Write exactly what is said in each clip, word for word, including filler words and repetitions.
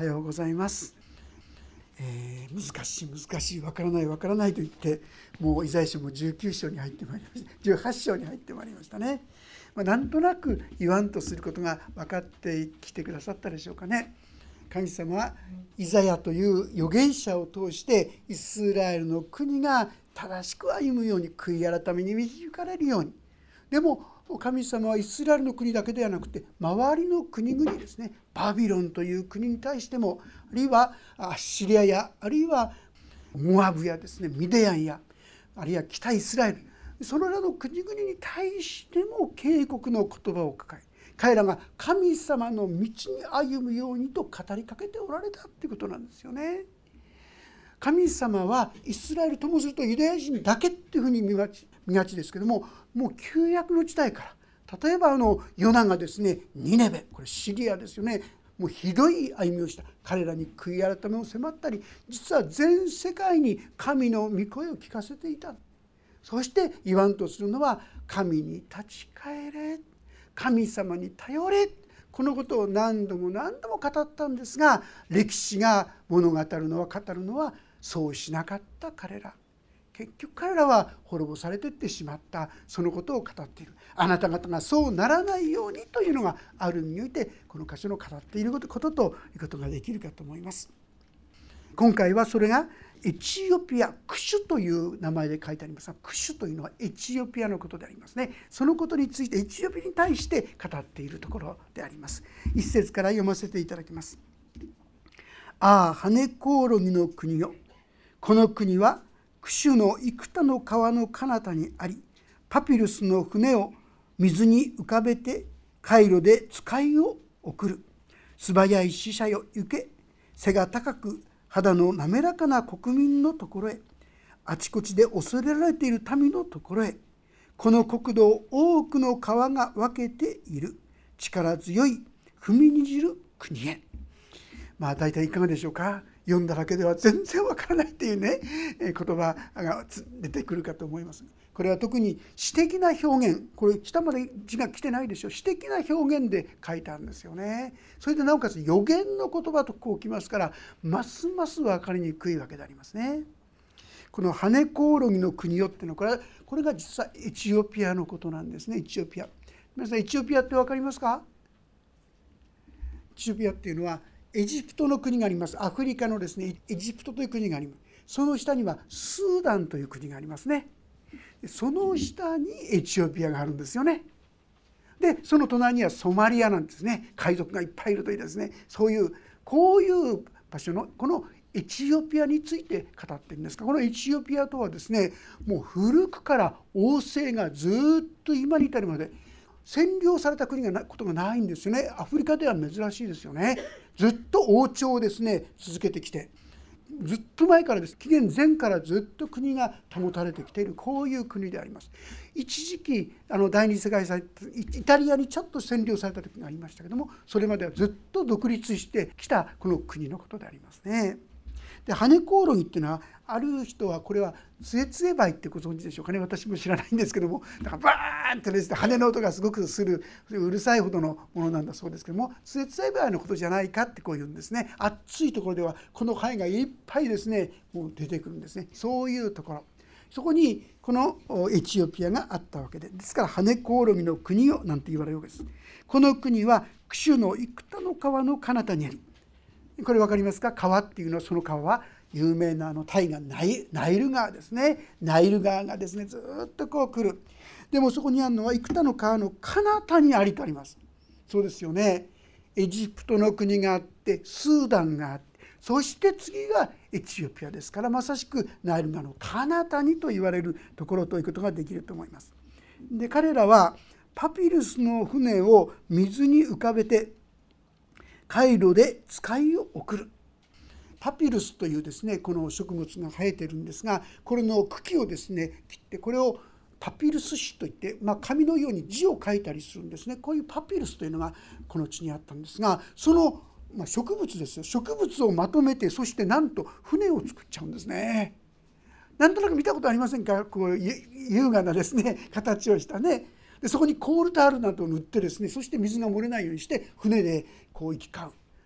はようございます。えー、難しい難しいわからないわからないと言ってもうイザヤ書もじゅうきゅう章に入ってまいりました。じゅうはち章に入ってまいりましたね。まあ、なんとなく言わんとすることが分かってきてくださったでしょうかね。神様はイザヤという預言者を通してイスラエルの国が正しく歩むように、悔い改めに導かれるように。でも神様はイスラエルの国だけではなくて周りの国々ですね、バビロンという国に対しても、あるいはアッシリアやあるいはモアブやですね、ミディアンやあるいは北イスラエル、そのらの国々に対しても警告の言葉を抱え、彼らが神様の道に歩むようにと語りかけておられたということなんですよね。神様はイスラエルともするとユダヤ人だけっていうふうに見がち、見がちですけども、もう旧約の時代から、例えばあのヨナがですね、ニネベ、これシリアですよね、もうひどい歩みをした。彼らに悔い改めを迫ったり、実は全世界に神の御声を聞かせていた。そして言わんとするのは、神に立ち返れ、神様に頼れ、このことを何度も何度も語ったんですが、歴史が物語るのは語るのはそうしなかった彼ら。結局彼らは滅ぼされていってしまった。そのことを語っている。あなた方がそうならないようにというのがある意味においてこの箇所の語っていることということができるかと思います。今回はそれがエチオピア、クシュという名前で書いてありますが、クシュというのはエチオピアのことでありますね。そのことについてエチオピアに対して語っているところであります。一節から読ませていただきます。ああ、羽コオロギの国よ、この国はクシュの幾多の川の彼方にあり、パピルスの船を水に浮かべて海路で使いを送る。素早い使者よ行け、背が高く肌の滑らかな国民のところへ、あちこちで恐れられている民のところへ、この国土を多くの川が分けている力強い踏みにじる国へ。まあ大体いかがでしょうか。読んだだけでは全然わからないっていうね、言葉が出てくるかと思います。これは特に詩的な表現、これ下まで字が来てないでしょう。詩的な表現で書いてあるんですよね。それでなおかつ予言の言葉とこうきますから、ますます分かりにくいわけでありますね。この羽コオロギの国よっていうのは、これはこれが実はエチオピアのことなんですね。エチオピア、皆さんエチオピアって分かりますか。エチオピアっていうのはエジプトの国があります。アフリカのですね、エジプトという国があります。その下にはスーダンという国がありますね。その下にエチオピアがあるんですよね。でその隣にはソマリアなんですね。海賊がいっぱいいるというですね、そういうこういう場所のこのエチオピアについて語っているんですが、このエチオピアとはですね、もう古くから王政がずっと今に至るまで占領された国がないことがないんですよね。アフリカでは珍しいですよね。ずっと王朝をですね続けてきて、ずっと前からです。紀元前からずっと国が保たれてきている、こういう国であります。一時期あの第二次世界大戦、イタリアにちょっと占領された時がありましたけども、それまではずっと独立してきたこの国のことでありますね。で羽コオロギっていうのは、ある人はこれはツエツエバイってご存知でしょうかね。私も知らないんですけども、だからバーンってですね、羽の音がすごくするうるさいほどのものなんだそうですけども、ツエツエバイのことじゃないかってこう言うんですね。暑いところではこの貝がいっぱいですねもう出てくるんですね。そういうところ、そこにこのエチオピアがあったわけで、ですから羽コオロギの国よなんて言われるわけです。この国はクシュの幾多の川の彼方にあり、これ分かりますか。川っていうのは、その川は有名なあの大河ナイ、ナイル川ですね。ナイル川がですねずっとこう来る。でもそこにあるのは幾多の川の彼方にありとあります。そうですよね。エジプトの国があって、スーダンがあって、そして次がエチオピアですから、まさしくナイル川の彼方にと言われるところということができると思います。で彼らはパピルスの船を水に浮かべて海路で使いを送る。パピルスというですねこの植物が生えているんですが、これの茎をですね切って、これをパピルス紙といって、まあ、紙のように字を書いたりするんですね。こういうパピルスというのがこの地にあったんですが、その、まあ、植物ですよ。植物をまとめて、そしてなんと船を作っちゃうんですね。なんとなく見たことありませんか。こう優雅なですね形をしたね。でそこにコールタールなどを塗ってですね、そして水が漏れないようにして船でこう行き交う。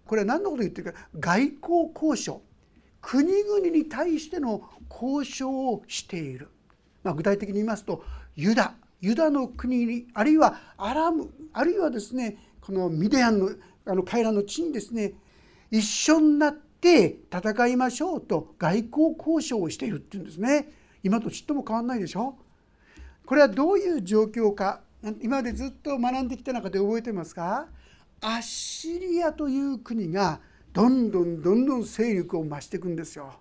これは何のことを言ってるか、外交交渉、国々に対しての交渉をしている。まあ、具体的に言いますと、ユダユダの国に、あるいはアラム、あるいはですねこのミディアンのあの彼らの地にですね、一緒になって戦いましょうと外交交渉をしているっていうんですね。今とちっとも変わらないでしょ。これはどういう状況か、今までずっと学んできた中で覚えてますか？アッシリアという国がどんどんどんどん勢力を増していくんですよ。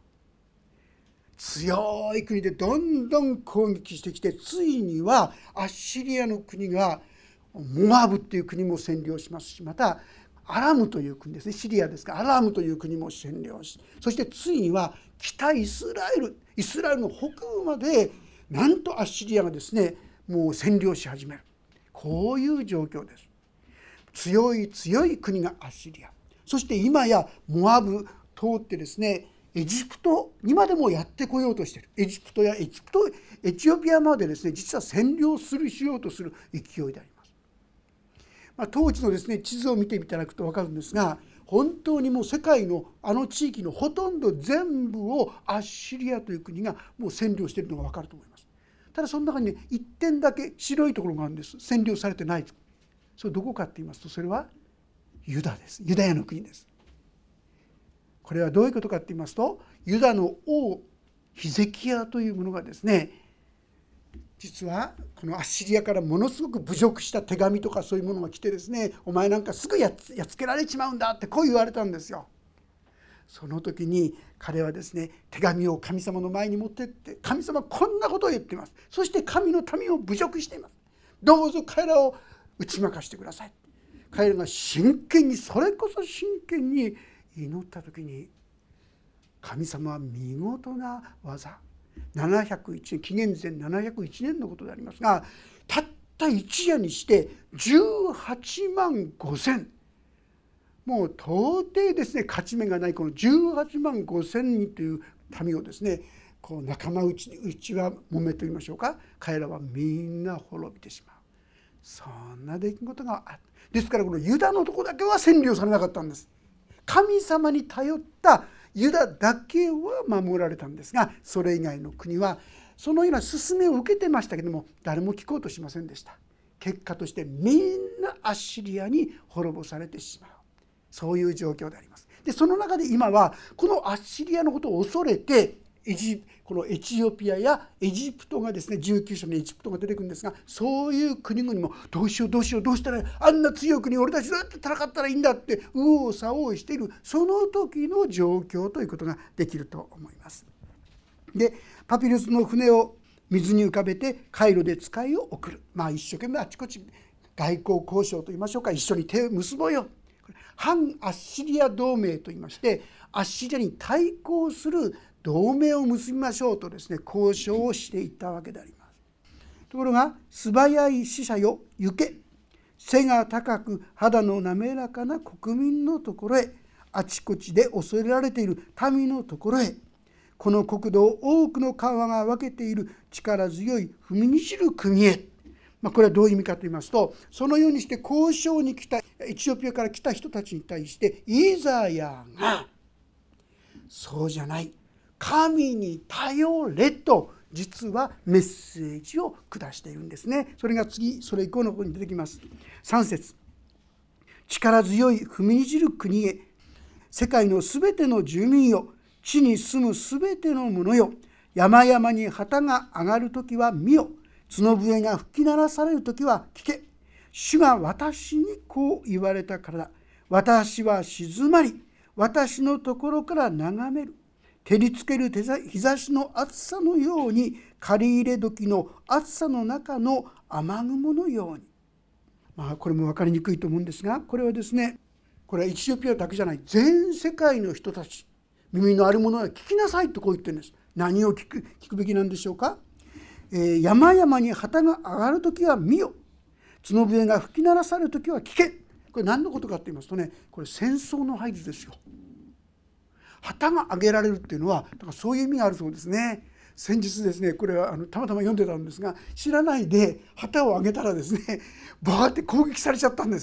強い国でどんどん攻撃してきて、ついにはアッシリアの国がモアブっていう国も占領しますし、またアラムという国ですね、シリアですがアラムという国も占領し、そしてついには北イスラエルイスラエルの北部までなんとアッシリアがですねもう占領し始める。こういう状況です。強い強い国がアッシリア、そして今やモアブ通ってですねエジプトにまでもやってこようとしている。エジプトやエジプトエチオピアまでですね実は占領するしようとする勢いであります。まあ、当時のですね地図を見ていただくと分かるんですが、本当にもう世界のあの地域のほとんど全部をアッシリアという国がもう占領しているのが分かると思います。ただその中にね一点だけ白いところがあるんです。占領されてない。それどこかって言いますと、それはユダです。ユダヤの国です。これはどういうことかって言いますと、ユダの王ヒゼキヤというものがですね、実はこのアッシリアからものすごく侮辱した手紙とかそういうものが来てですね、お前なんかすぐやっやっつけられちまうんだってこう言われたんですよ。その時に彼はですね手紙を神様の前に持ってって、神様こんなことを言っています。そして神の民を侮辱しています。どうぞ彼らを打ち負かしてください。彼らが真剣に、それこそ真剣に祈った時に、神様は見事な技、ななひゃくいちねん、紀元前ななひゃくいちねんのことでありますが、たった一夜にしてじゅうはちまんごせん、もう到底ですね勝ち目がないこのじゅうはちまんごせんにんという民をですね、こう仲間内うちは揉めと言いましょうか、彼らはみんな滅びてしまう。そんな出来事があった。ですからこのユダのとこだけは占領されなかったんです。神様に頼ったユダだけは守られたんですが、それ以外の国はそのような勧めを受けてましたけども、誰も聞こうとしませんでした。結果としてみんなアッシリアに滅ぼされてしまう、そういう状況であります。でその中で今はこのアッシリアのことを恐れて、エジこのエチオピアやエジプトがですね、じゅうきゅう章にエジプトが出てくるんですが、そういう国々もどうしようどうしようどうしたら、あんな強い国俺たちどうやって戦ったらいいんだって右往左往している、その時の状況ということができると思います。でパピルスの船を水に浮かべてカイロで使いを送る。まあ一生懸命あちこち外交交渉といいましょうか、一緒に手を結ぼうよ。反アッシリア同盟といいまして、アッシリアに対抗する同盟を結びましょうとですね交渉をしていったわけであります。ところが、素早い使者よ行け、背が高く肌の滑らかな国民のところへ、あちこちで恐れられている民のところへ、この国土を多くの川が分けている力強い踏みにじる国へ。まあ、これはどういう意味かと言いますと、そのようにして交渉に来たエチオピアから来た人たちに対してイザヤがそうじゃない、神に頼れと実はメッセージを下しているんですね。それが次、それ以降の方に出てきます。さん節、力強い踏みにじる国へ、世界のすべての住民よ、地に住むすべての者よ、山々に旗が上がるときは見よ、角笛が吹き鳴らされるときは聞け。主が私にこう言われたからだ。私は静まり、私のところから眺める。照りつける日差しの暑さのように、借り入れ時の暑さの中の雨雲のように。まあこれも分かりにくいと思うんですが、これはですね、これはエチオピアだけじゃない、全世界の人たち、耳のあるものは聞きなさいとこう言ってるんです。何を聞く、聞くべきなんでしょうか。えー、山々に旗が上がるときは見よ、角笛が吹き鳴らされるときは聞け。これ何のことかと言いますとね、これ戦争の合図ですよ。旗が上げられるっていうのはだからそういう意味があるそうですね。先日ですね、これはあのたまたま読んでたんですが、知らないで旗を上げたらですね、バーって攻撃されちゃったんですって。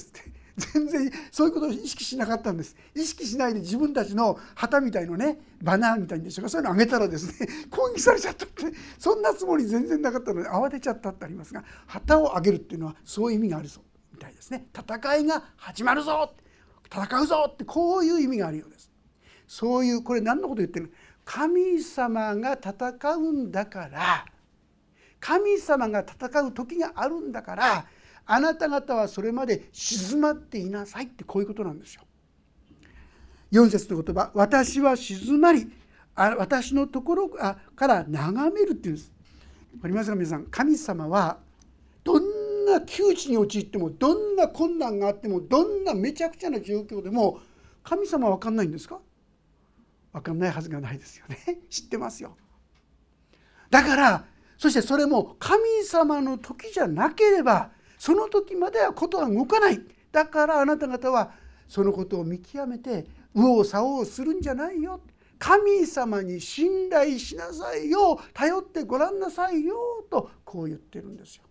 全然そういうことを意識しなかったんです。意識しないで自分たちの旗みたいのね、バナーみたいにでしょうか、そういうのあげたらですね、攻撃されちゃったって、そんなつもり全然なかったので慌てちゃったってありますが、旗をあげるっていうのはそういう意味があるぞみたいですね。戦いが始まるぞ、戦うぞって、こういう意味があるようです。そういう、これ何のこと言ってるの？神様が戦うんだから、神様が戦う時があるんだから、あなた方はそれまで静まっていなさいって、こういうことなんですよ。よん節の言葉、私は静まり、あ私のところから眺めるっていうんです。わかりますか皆さん。神様はどんな窮地に陥っても、どんな困難があっても、どんなめちゃくちゃな状況でも、神様は分かんないんですか？分かんないはずがないですよね。知ってますよ。だから、そしてそれも神様の時じゃなければ、その時まではことは動かない。だからあなた方はそのことを見極めて右往左往するんじゃないよ。神様に信頼しなさいよ、頼ってごらんなさいよと、こう言ってるんですよ。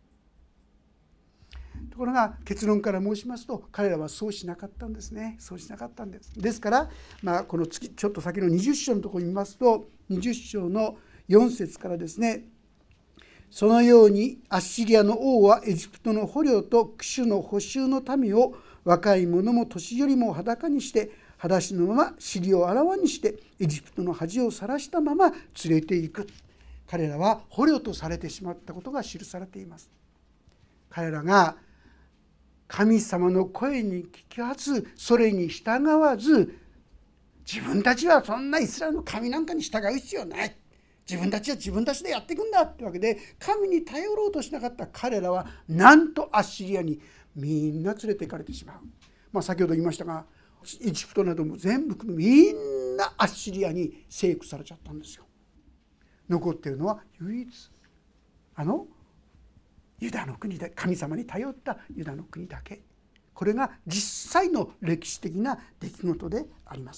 ところが結論から申しますと、彼らはそうしなかったんですね。そうしなかったんです。ですから、まあ、この月ちょっと先のにじゅっ章のところに見ますと、にじゅっ章のよん節からですね、そのようにアッシリアの王はエジプトの捕虜とクシュの捕囚の民を若い者も年寄りも裸にして、裸足のまま尻をあらわにしてエジプトの恥を晒したまま連れていく。彼らは捕虜とされてしまったことが記されています。彼らが神様の声に聞かず、それに従わず、自分たちはそんなイスラエルの神なんかに従う必要ない、自分たちは自分たちでやっていくんだってわけで、神に頼ろうとしなかった彼らは、なんとアッシリアにみんな連れて行かれてしまう。まあ、先ほど言いましたが、エジプトなども全部みんなアッシリアに征服されちゃったんですよ。残っているのは唯一あのユダの国で、神様に頼ったユダの国だけ。これが実際の歴史的な出来事であります。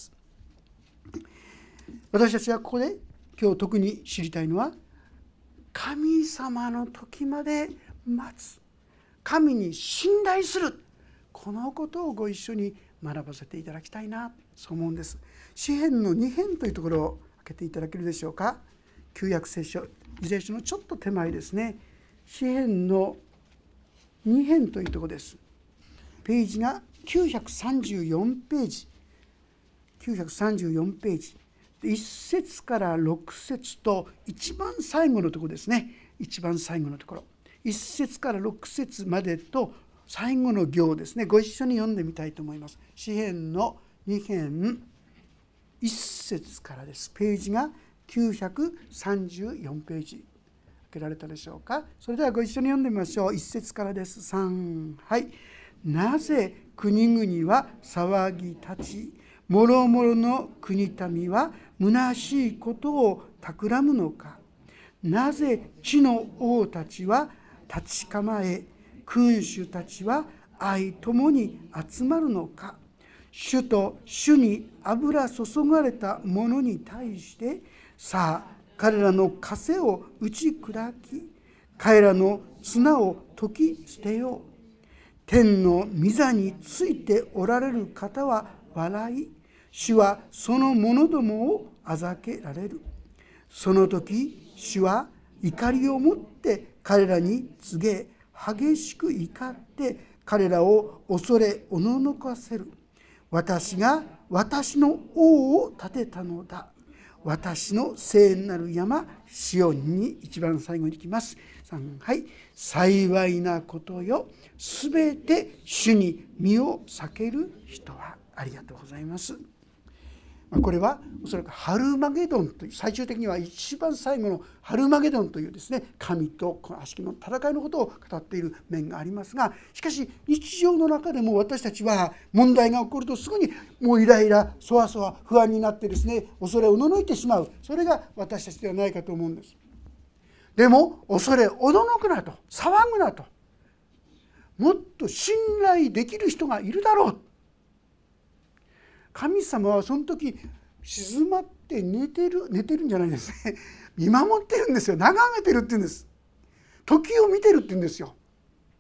私たちはここで今日特に知りたいのは、神様の時まで待つ、神に信頼する、このことをご一緒に学ばせていただきたいな、そう思うんです。詩編のに編というところを開けていただけるでしょうか。旧約聖書、イザヤ書のちょっと手前ですね。詩編のに編というところです。ページがきゅうひゃくさんじゅうよんページ、きゅうひゃくさんじゅうよんページ、いち節からろく節と一番最後のところですね。一番最後のところ、いち節からろく節までと最後の行ですね。ご一緒に読んでみたいと思います。詩編のに編いち節からです。ページがきゅうひゃくさんじゅうよんページ、開けられたでしょうか。それではご一緒に読んでみましょう。いち節からです。さん、はい。なぜ国々は騒ぎ立ち、もろもろの国民は虚しいことを企むのか。なぜ地の王たちは立ち構え、君主たちは愛ともに集まるのか。主と主に油注がれた者に対して、さあ彼らの枷を打ち砕き、彼らの綱を解き捨てよう。天の御座についておられる方は笑い、主はその者どもをあざけられる。その時主は怒りをもって彼らに告げ、激しく怒って彼らを恐れおののかせる。私が私の王を立てたのだ。私の聖なる山シオンに。一番最後に来ます。さん、はい。幸いなことよ、すべて主に身を避ける人は。ありがとうございます。これはおそらくハルマゲドンという、最終的には一番最後のハルマゲドンというですね、神と悪しきの戦いのことを語っている面がありますが、しかし日常の中でも私たちは問題が起こるとすぐにもうイライラ、そわそわ、不安になってですね、恐れおののいてしまう。それが私たちではないかと思うんです。でも恐れおののくなと、騒ぐなと、もっと信頼できる人がいるだろう。神様はその時静まって寝てる寝てるんじゃないですね、見守ってるんですよ。眺めてるって言うんです。時を見てるって言うんですよ。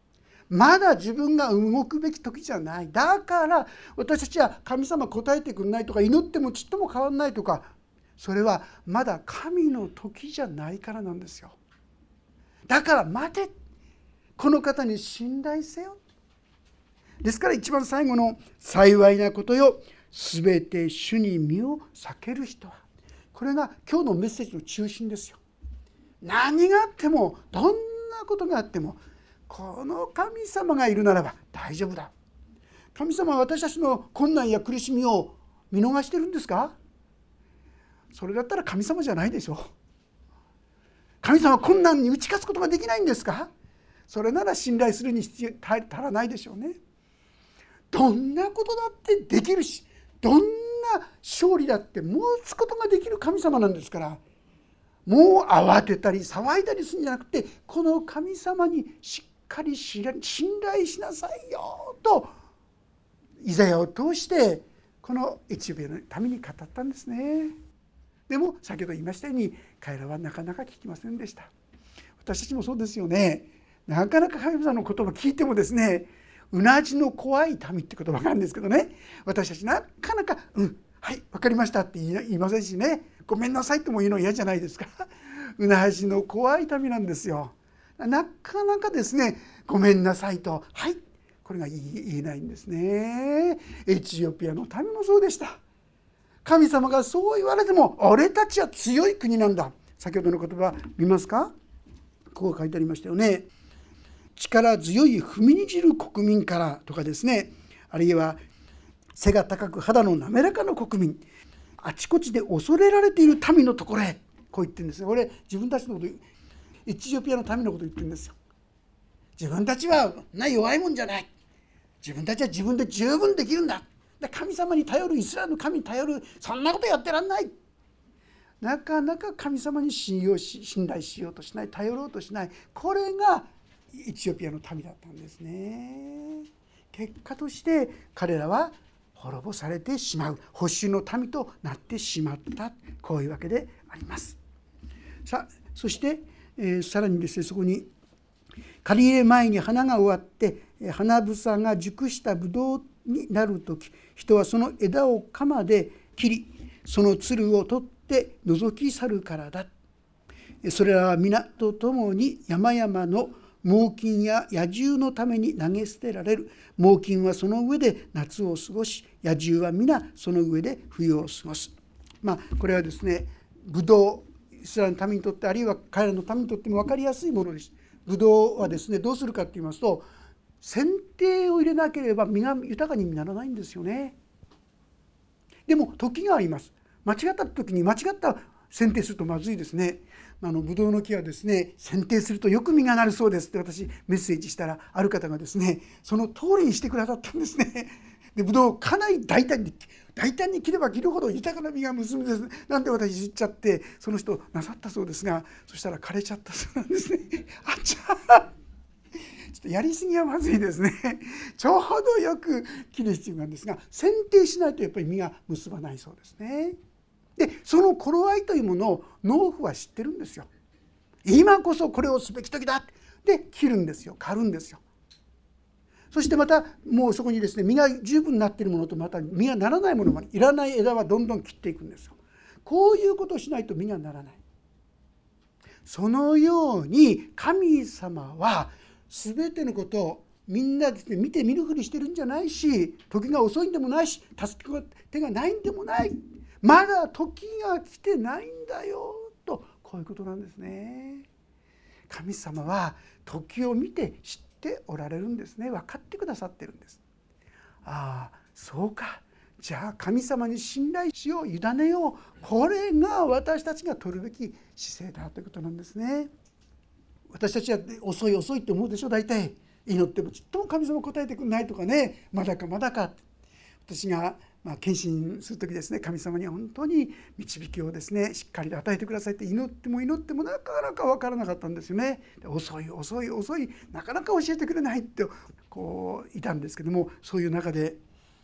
まだ自分が動くべき時じゃない。だから私たちは神様答えてくれないとか、祈ってもちっとも変わらないとか、それはまだ神の時じゃないからなんですよ。だから待て、この方に信頼せよ。ですから一番最後の幸いなことよ、すべて主に身を避ける人は、これが今日のメッセージの中心ですよ。何があっても、どんなことがあっても、この神様がいるならば大丈夫だ。神様は私たちの困難や苦しみを見逃してるんですか？それだったら神様じゃないでしょう。神様は困難に打ち勝つことができないんですか？それなら信頼するに必要足らないでしょうね。どんなことだってできるし、どんな勝利だって持つことができる神様なんですから、もう慌てたり騒いだりするんじゃなくて、この神様にしっかり信頼しなさいよとイザヤを通してこのエチオピアのために語ったんですね。でも先ほど言いましたように、彼らはなかなか聞きませんでした。私たちもそうですよね。なかなか神様の言葉聞いてもですね、うなじの怖い民って言葉があるんですけどね、私たちなかなか「うんはい分かりました」って言いませんしね、ごめんなさいとも言うの嫌じゃないですか。うなじの怖い民なんですよ。なかなかですね、ごめんなさいと「はい」これが言えないんですね。エチオピアの民もそうでした。神様がそう言われても、俺たちは強い国なんだ。先ほどの言葉見ますか？こう書いてありましたよね。力強い踏みにじる国民からとかですね、あるいは背が高く肌の滑らかな国民、あちこちで恐れられている民のところへ、こう言ってるんですね。これ自分たちのこと、エチオピアの民のことを言ってるんですよ。自分たちはな弱いもんじゃない、自分たちは自分で十分できるんだ、神様に頼る、イスラエルの神に頼る、そんなことやってらんない。なかなか神様に信用し信頼しようとしない、頼ろうとしない、これがエチオピアの民だったんですね。結果として彼らは滅ぼされてしまう、保守の民となってしまった、こういうわけであります。さあ、そして、えー、さらにですね、そこに刈り入れ前に花が終わって花房が熟したブドウになるとき、人はその枝を鎌で切り、そのつるを取って覗き去るからだ。それらは皆と共に山々の猛禽や野獣のために投げ捨てられる。猛禽はその上で夏を過ごし、野獣は皆その上で冬を過ごす。まあこれはですね、ブドウ、イスラエルの民にとって、あるいは彼らの民にとっても分かりやすいものです。ブドウはですね、どうするかと言いますと、剪定を入れなければ実が豊かにならないんですよね。でも時があります。間違った時に間違った剪定するとまずいですね。あのブドウの木はですね、剪定するとよく実がなるそうですって私メッセージしたら、ある方がですねその通りにしてくださったんですね。でブドウをかなり大胆に大胆に切れば切るほど豊かな実が結ぶんですなんて私言っちゃって、その人なさったそうですが、そしたら枯れちゃったそうなんですね。あちゃー、ちょっとやりすぎはまずいですね。ちょうどよく切る必要なんですが、剪定しないとやっぱり実が結ばないそうですね。でその頃合いというものを農夫は知ってるんですよ。今こそこれをすべき時だで切るんですよ、刈るんですよ。そしてまたもうそこにですね、実が十分になっているものと、また実がならないものまで、いらない枝はどんどん切っていくんですよ。こういうことをしないと実がならない。そのように神様は全てのことをみんなですね、見て見ぬふりしてるんじゃないし、時が遅いんでもないし、助け手がないんでもない、まだ時が来てないんだよと、こういうことなんですね。神様は時を見て知っておられるんですね。分かってくださってるんです。ああそうか、じゃあ神様に信頼しよう、委ねよう、これが私たちが取るべき姿勢だということなんですね。私たちは遅い遅いって思うでしょ。大体祈ってもちっとも神様答えてくれないとかね、まだかまだか。私がまあ献身する時ですね、神様に本当に導きをですねしっかり与えてくださいって祈っても祈ってもなかなか分からなかったんですよね。遅い遅い遅い、なかなか教えてくれないってこういたんですけども、そういう中で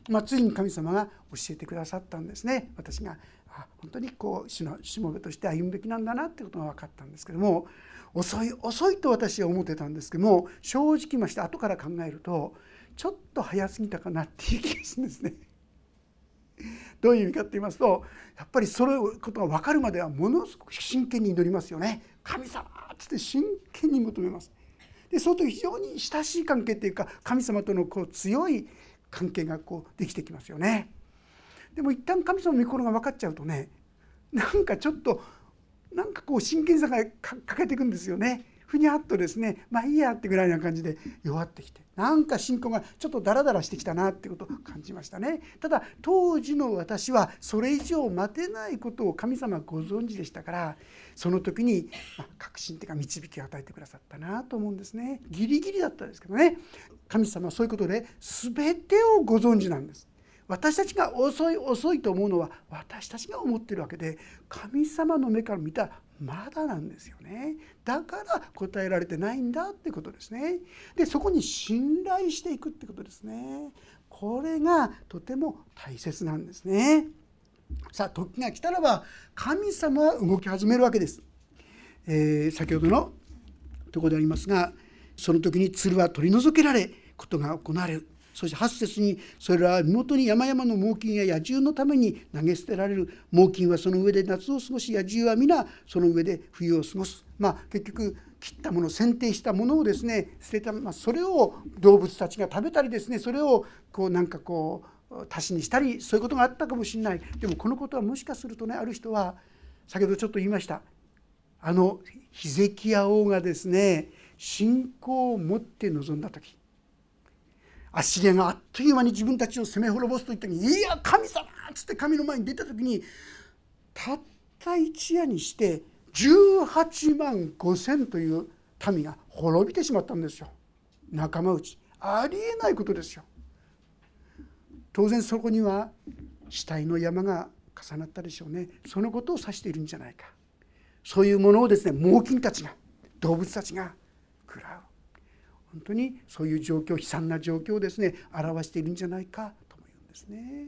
まあ、ついに神様が教えてくださったんですね。私があ本当にこう主のしもべとして歩むべきなんだなってことが分かったんですけども、遅い遅いと私は思ってたんですけども、正直まして後から考えるとちょっと早すぎたかなっていう気がするんですね。どういう意味かって言いますと、やっぱりそのことが分かるまではものすごく真剣に祈りますよね。神様っつって真剣に求めます。でその時非常に親しい関係っていうか、神様とのこう強い関係がこうできてきますよね。でも一旦神様の御心が分かっちゃうとね、なんかちょっとなんかこう真剣さが欠けていくんですよね。ふにゃっとですね、まあいいやってぐらいな感じで弱ってきて、なんか信仰がちょっとダラダラしてきたなってことを感じましたね。ただ当時の私はそれ以上待てないことを神様はご存知でしたから、その時に確信というか導きを与えてくださったなと思うんですね。ギリギリだったんですけどね、神様はそういうことで全てをご存知なんです。私たちが遅い遅いと思うのは私たちが思っているわけで、神様の目から見たらまだなんですよね。だから答えられてないんだってことですね。でそこに信頼していくってことですね。これがとても大切なんですね。さあ時が来たらば神様は動き始めるわけです。えー、先ほどのところでありますが、その時に鶴は取り除けられことが行われる。そしてはち節に、それらは身元に山々の猛禽や野獣のために投げ捨てられる。猛禽はその上で夏を過ごし、野獣は皆その上で冬を過ごす。まあ結局切ったもの、剪定したものをですね捨てた、まあ、それを動物たちが食べたりですね、それをこうなんかこう足しにしたり、そういうことがあったかもしれない。でもこのことはもしかするとね、ある人は先ほどちょっと言いました、あのヒゼキヤ王がですね信仰を持って臨んだ時、アッシリアがあっという間に自分たちを攻め滅ぼすと言った時に、いや神様っつって神の前に出た時に、たった一夜にしてじゅうはちまんごせんという民が滅びてしまったんですよ。仲間内、ありえないことですよ。当然そこには死体の山が重なったでしょうね。そのことを指しているんじゃないか。そういうものをですね、猛禽たちが、動物たちが食らう、本当にそういう状況、悲惨な状況をですね表しているんじゃないかとも言うんですね。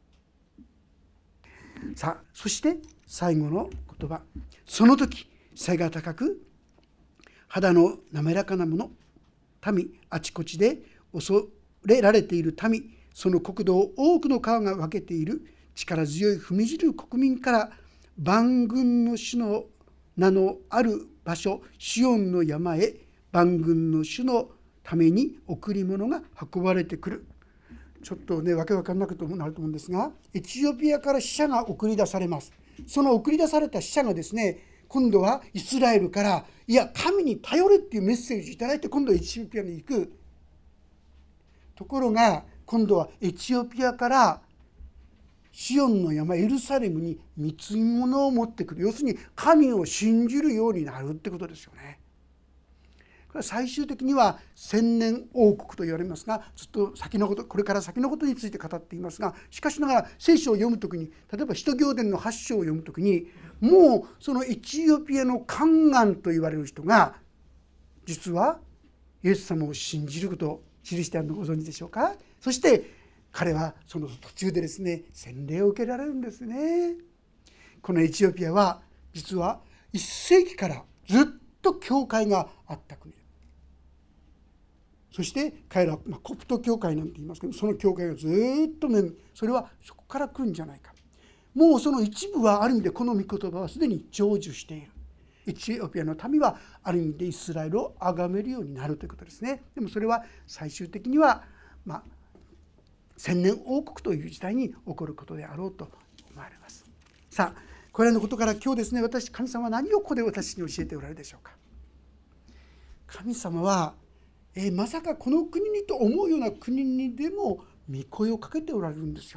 さあそして最後の言葉、その時背が高く肌の滑らかな者、民、あちこちで恐れられている民、その国土を多くの川が分けている力強い踏み汁国民から、万軍の主の名のある場所シオンの山へ万軍の主のために贈り物が運ばれてくる。ちょっとねわけわかんなくなると思うんですが、エチオピアから使者が送り出されます。その送り出された使者がですね、今度はイスラエルから、いや神に頼れっていうメッセージをいただいて、今度はエチオピアに行く。ところが今度はエチオピアからシオンの山エルサレムに貢ぎ物を持ってくる。要するに神を信じるようになるってことですよね。これは最終的には千年王国と言われますが、ずっと先のこと、これから先のことについて語っていますが、しかしながら聖書を読むときに、例えば使徒行伝のはち章を読むときに、もうそのエチオピアのカガンと言われる人が実はイエス様を信じることを記してあるのをご存知でしょうか。そして彼はその途中でですね洗礼を受けられるんですね。このエチオピアは実はいっ世紀からずっと教会があった国です。そして彼らは、まあ、コプト教会なんて言いますけど、その教会がずっとね、それはそこから来るんじゃないか。もうその一部はある意味でこの御言葉はすでに成就している。エチオピアの民はある意味でイスラエルを崇めるようになるということですね。でもそれは最終的にはまあ千年王国という時代に起こることであろうと思われます。さあこれらのことから今日ですね、私神様は何をここで私に教えておられるでしょうか。神様はえー、まさかこの国にと思うような国にでも御声をかけておられるんですよ。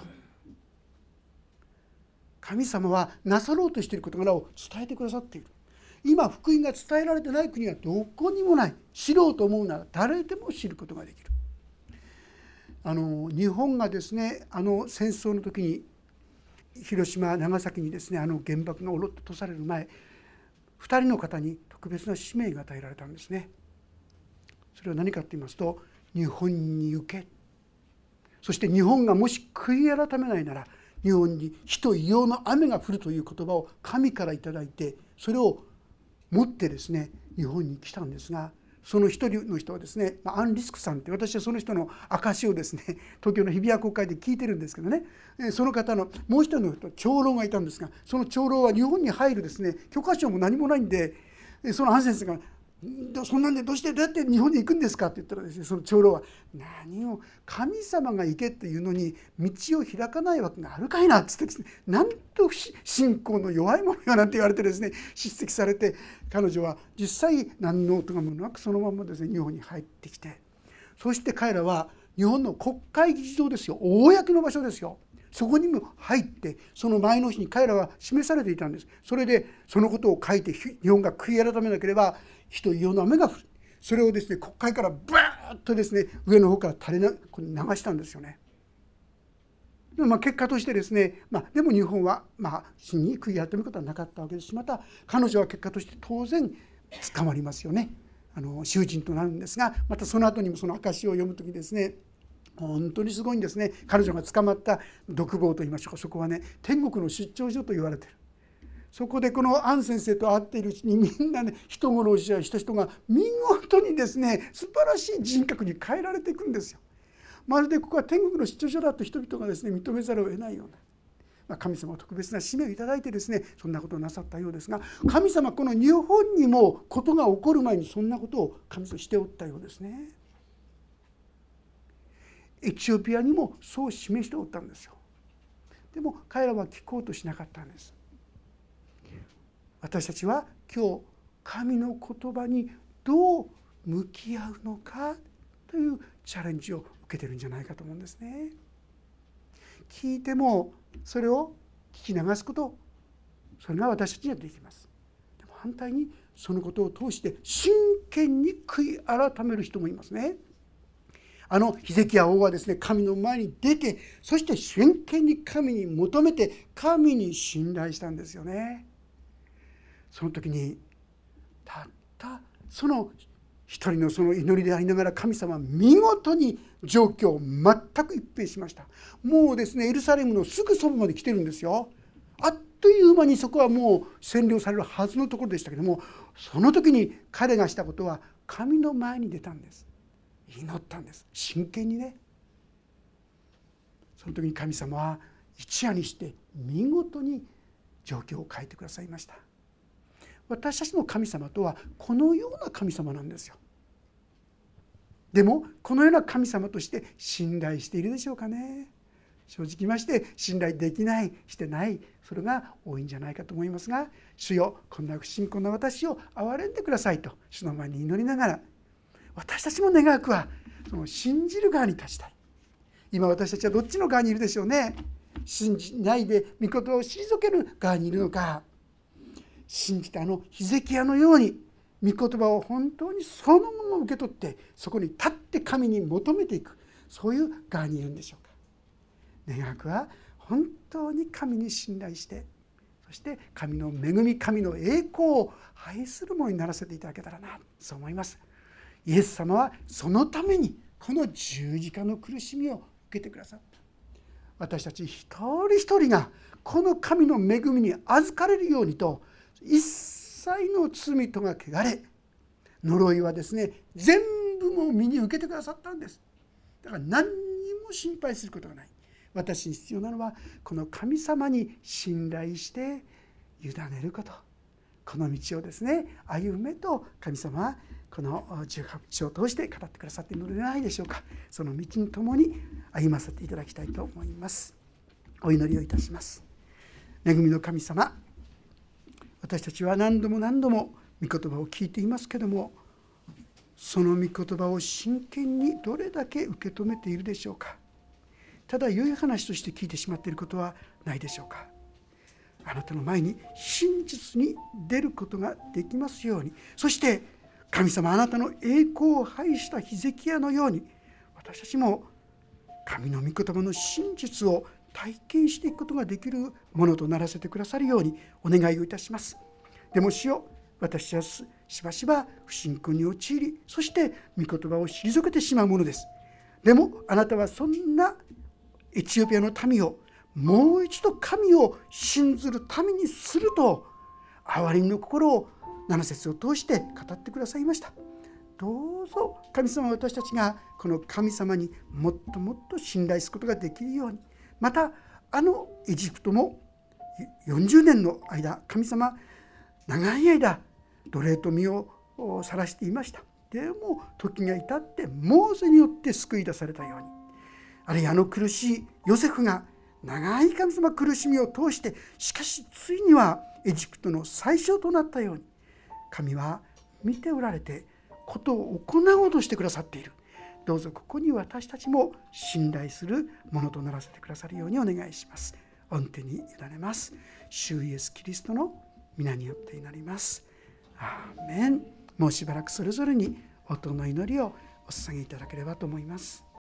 神様はなさろうとしている事柄を伝えてくださっている。今福音が伝えられてない国はどこにもない。知ろうと思うなら誰でも知ることができる。あの日本がですね、あの戦争の時に広島長崎にですね、あの原爆がおろっと落とされる前、ふたりの方に特別な使命が与えられたんですね。それは何かと言いますと、日本に行け、 そして日本がもし悔い改めないなら、日本に火と硫黄の雨が降るという言葉を神からいただいて、それを持ってですね日本に来たんですが、その一人の人はですね、アン・リスクさんって、私はその人の証をですね東京の日比谷公会で聞いてるんですけどね、その方のもう一人の人長老がいたんですが、その長老は日本に入るですね許可証も何もないんで、そのアン先生がそんなんでどうしてどうやって日本に行くんですかって言ったらですね、その長老は何を神様が行けっていうのに道を開かないわけがあるかいなっつってですね、なんと信仰の弱い者よなんて言われてですね叱責されて、彼女は実際何の音がもなくそのままですね日本に入ってきて、そして彼らは日本の国会議事堂ですよ、公の場所ですよ、そこにも入って、その前の日に彼らは示されていたんです。それでそのことを書いて、日本が悔い改めなければ火と硫黄の雨が降る、それをですね国会からバーッとですね上の方から垂れな流したんですよね。でもまあ結果としてですね、まあ、でも日本はまあ真に悔い改めることはなかったわけですし、また彼女は結果として当然捕まりますよね。あの囚人となるんですが、またその後にもその証を読むときですね、本当にすごいんですね。彼女が捕まった独房といいましょうか、そこはね天国の出張所と言われている。そこでこのアン先生と会っているうちに、みんなね人殺しやした人が見事にですね素晴らしい人格に変えられていくんですよ。まるでここは天国の出張所だと人々がですね認めざるを得ないような、まあ、神様は特別な使命をいただいてですねそんなことをなさったようですが、神様この日本にもことが起こる前にそんなことを神様しておったようですね。エチオピアにもそう示しておったんですよ。でも彼らは聞こうとしなかったんです。私たちは今日神の言葉にどう向き合うのかというチャレンジを受けてるんじゃないかと思うんですね。聞いてもそれを聞き流すこと、それが私たちにはできます。でも反対にそのことを通して真剣に悔い改める人もいますね。あのヒゼキヤ王はですね神の前に出て、そして真剣に神に求めて神に信頼したんですよね。その時にたったその一人のその祈りでありながら、神様は見事に状況を全く一変しました。もうですねエルサレムのすぐそばまで来てるんですよ。あっという間にそこはもう占領されるはずのところでしたけども、その時に彼がしたことは神の前に出たんです。祈ったんです、真剣にね。その時に神様は一夜にして見事に状況を変えてくださいました。私たちの神様とはこのような神様なんですよ。でもこのような神様として信頼しているでしょうかね。正直言いまして信頼できない、してない、それが多いんじゃないかと思いますが、主よこんな不信仰な私を憐れんでくださいと主の前に祈りながら、私たちも願わくはその信じる側に立ちたい。今私たちはどっちの側にいるでしょうね。信じないで御言葉を退ける側にいるのか、信じたあのヒゼキヤのように御言葉を本当にそのまま受け取ってそこに立って神に求めていく、そういう側にいるんでしょうか。願わくは本当に神に信頼して、そして神の恵み、神の栄光を愛するものにならせていただけたらな、そう思います。イエス様はそのためにこの十字架の苦しみを受けてくださった。私たち一人一人がこの神の恵みに預かれるようにと、一切の罪とが汚れ、呪いはですね全部も身に受けてくださったんです。だから何にも心配することがない。私に必要なのはこの神様に信頼して委ねること、この道をですね歩めと神様はこのじゅうはち章を通して語ってくださっているのではないでしょうか。その道に共に歩ませていただきたいと思います。お祈りをいたします。恵みの神様、私たちは何度も何度も御言葉を聞いていますけれども、その御言葉を真剣にどれだけ受け止めているでしょうか。ただ良い話として聞いてしまっていることはないでしょうか。あなたの前に真実に出ることができますように、そして神様あなたの栄光を拝したヒゼキヤのように、私たちも神の御言葉の真実を体験していくことができるものとならせてくださるようにお願いをいたします。でも主よ、私はしばしば不信仰に陥り、そして御言葉を退けてしまうものです。 でもあなたはそんなエチオピアの民をもう一度神を信ずる民にすると憐れみの心をなな節を通して語ってくださいました。どうぞ神様は私たちがこの神様にもっともっと信頼することができるように、またあのエジプトもよんじゅうねんの間、神様長い間奴隷と身をさらしていました。でも時が至ってモーセによって救い出されたように、あるいはあの苦しいヨセフが長い神様苦しみを通して、しかしついにはエジプトの最初となったように、神は見ておられてことを行おうとしてくださっている。どうぞここに私たちも信頼するものとならせてくださるようにお願いします。御手に委ねます。主イエスキリストの皆によって祈ります。アーメン。もうしばらくそれぞれに音の祈りをお捧げいただければと思います。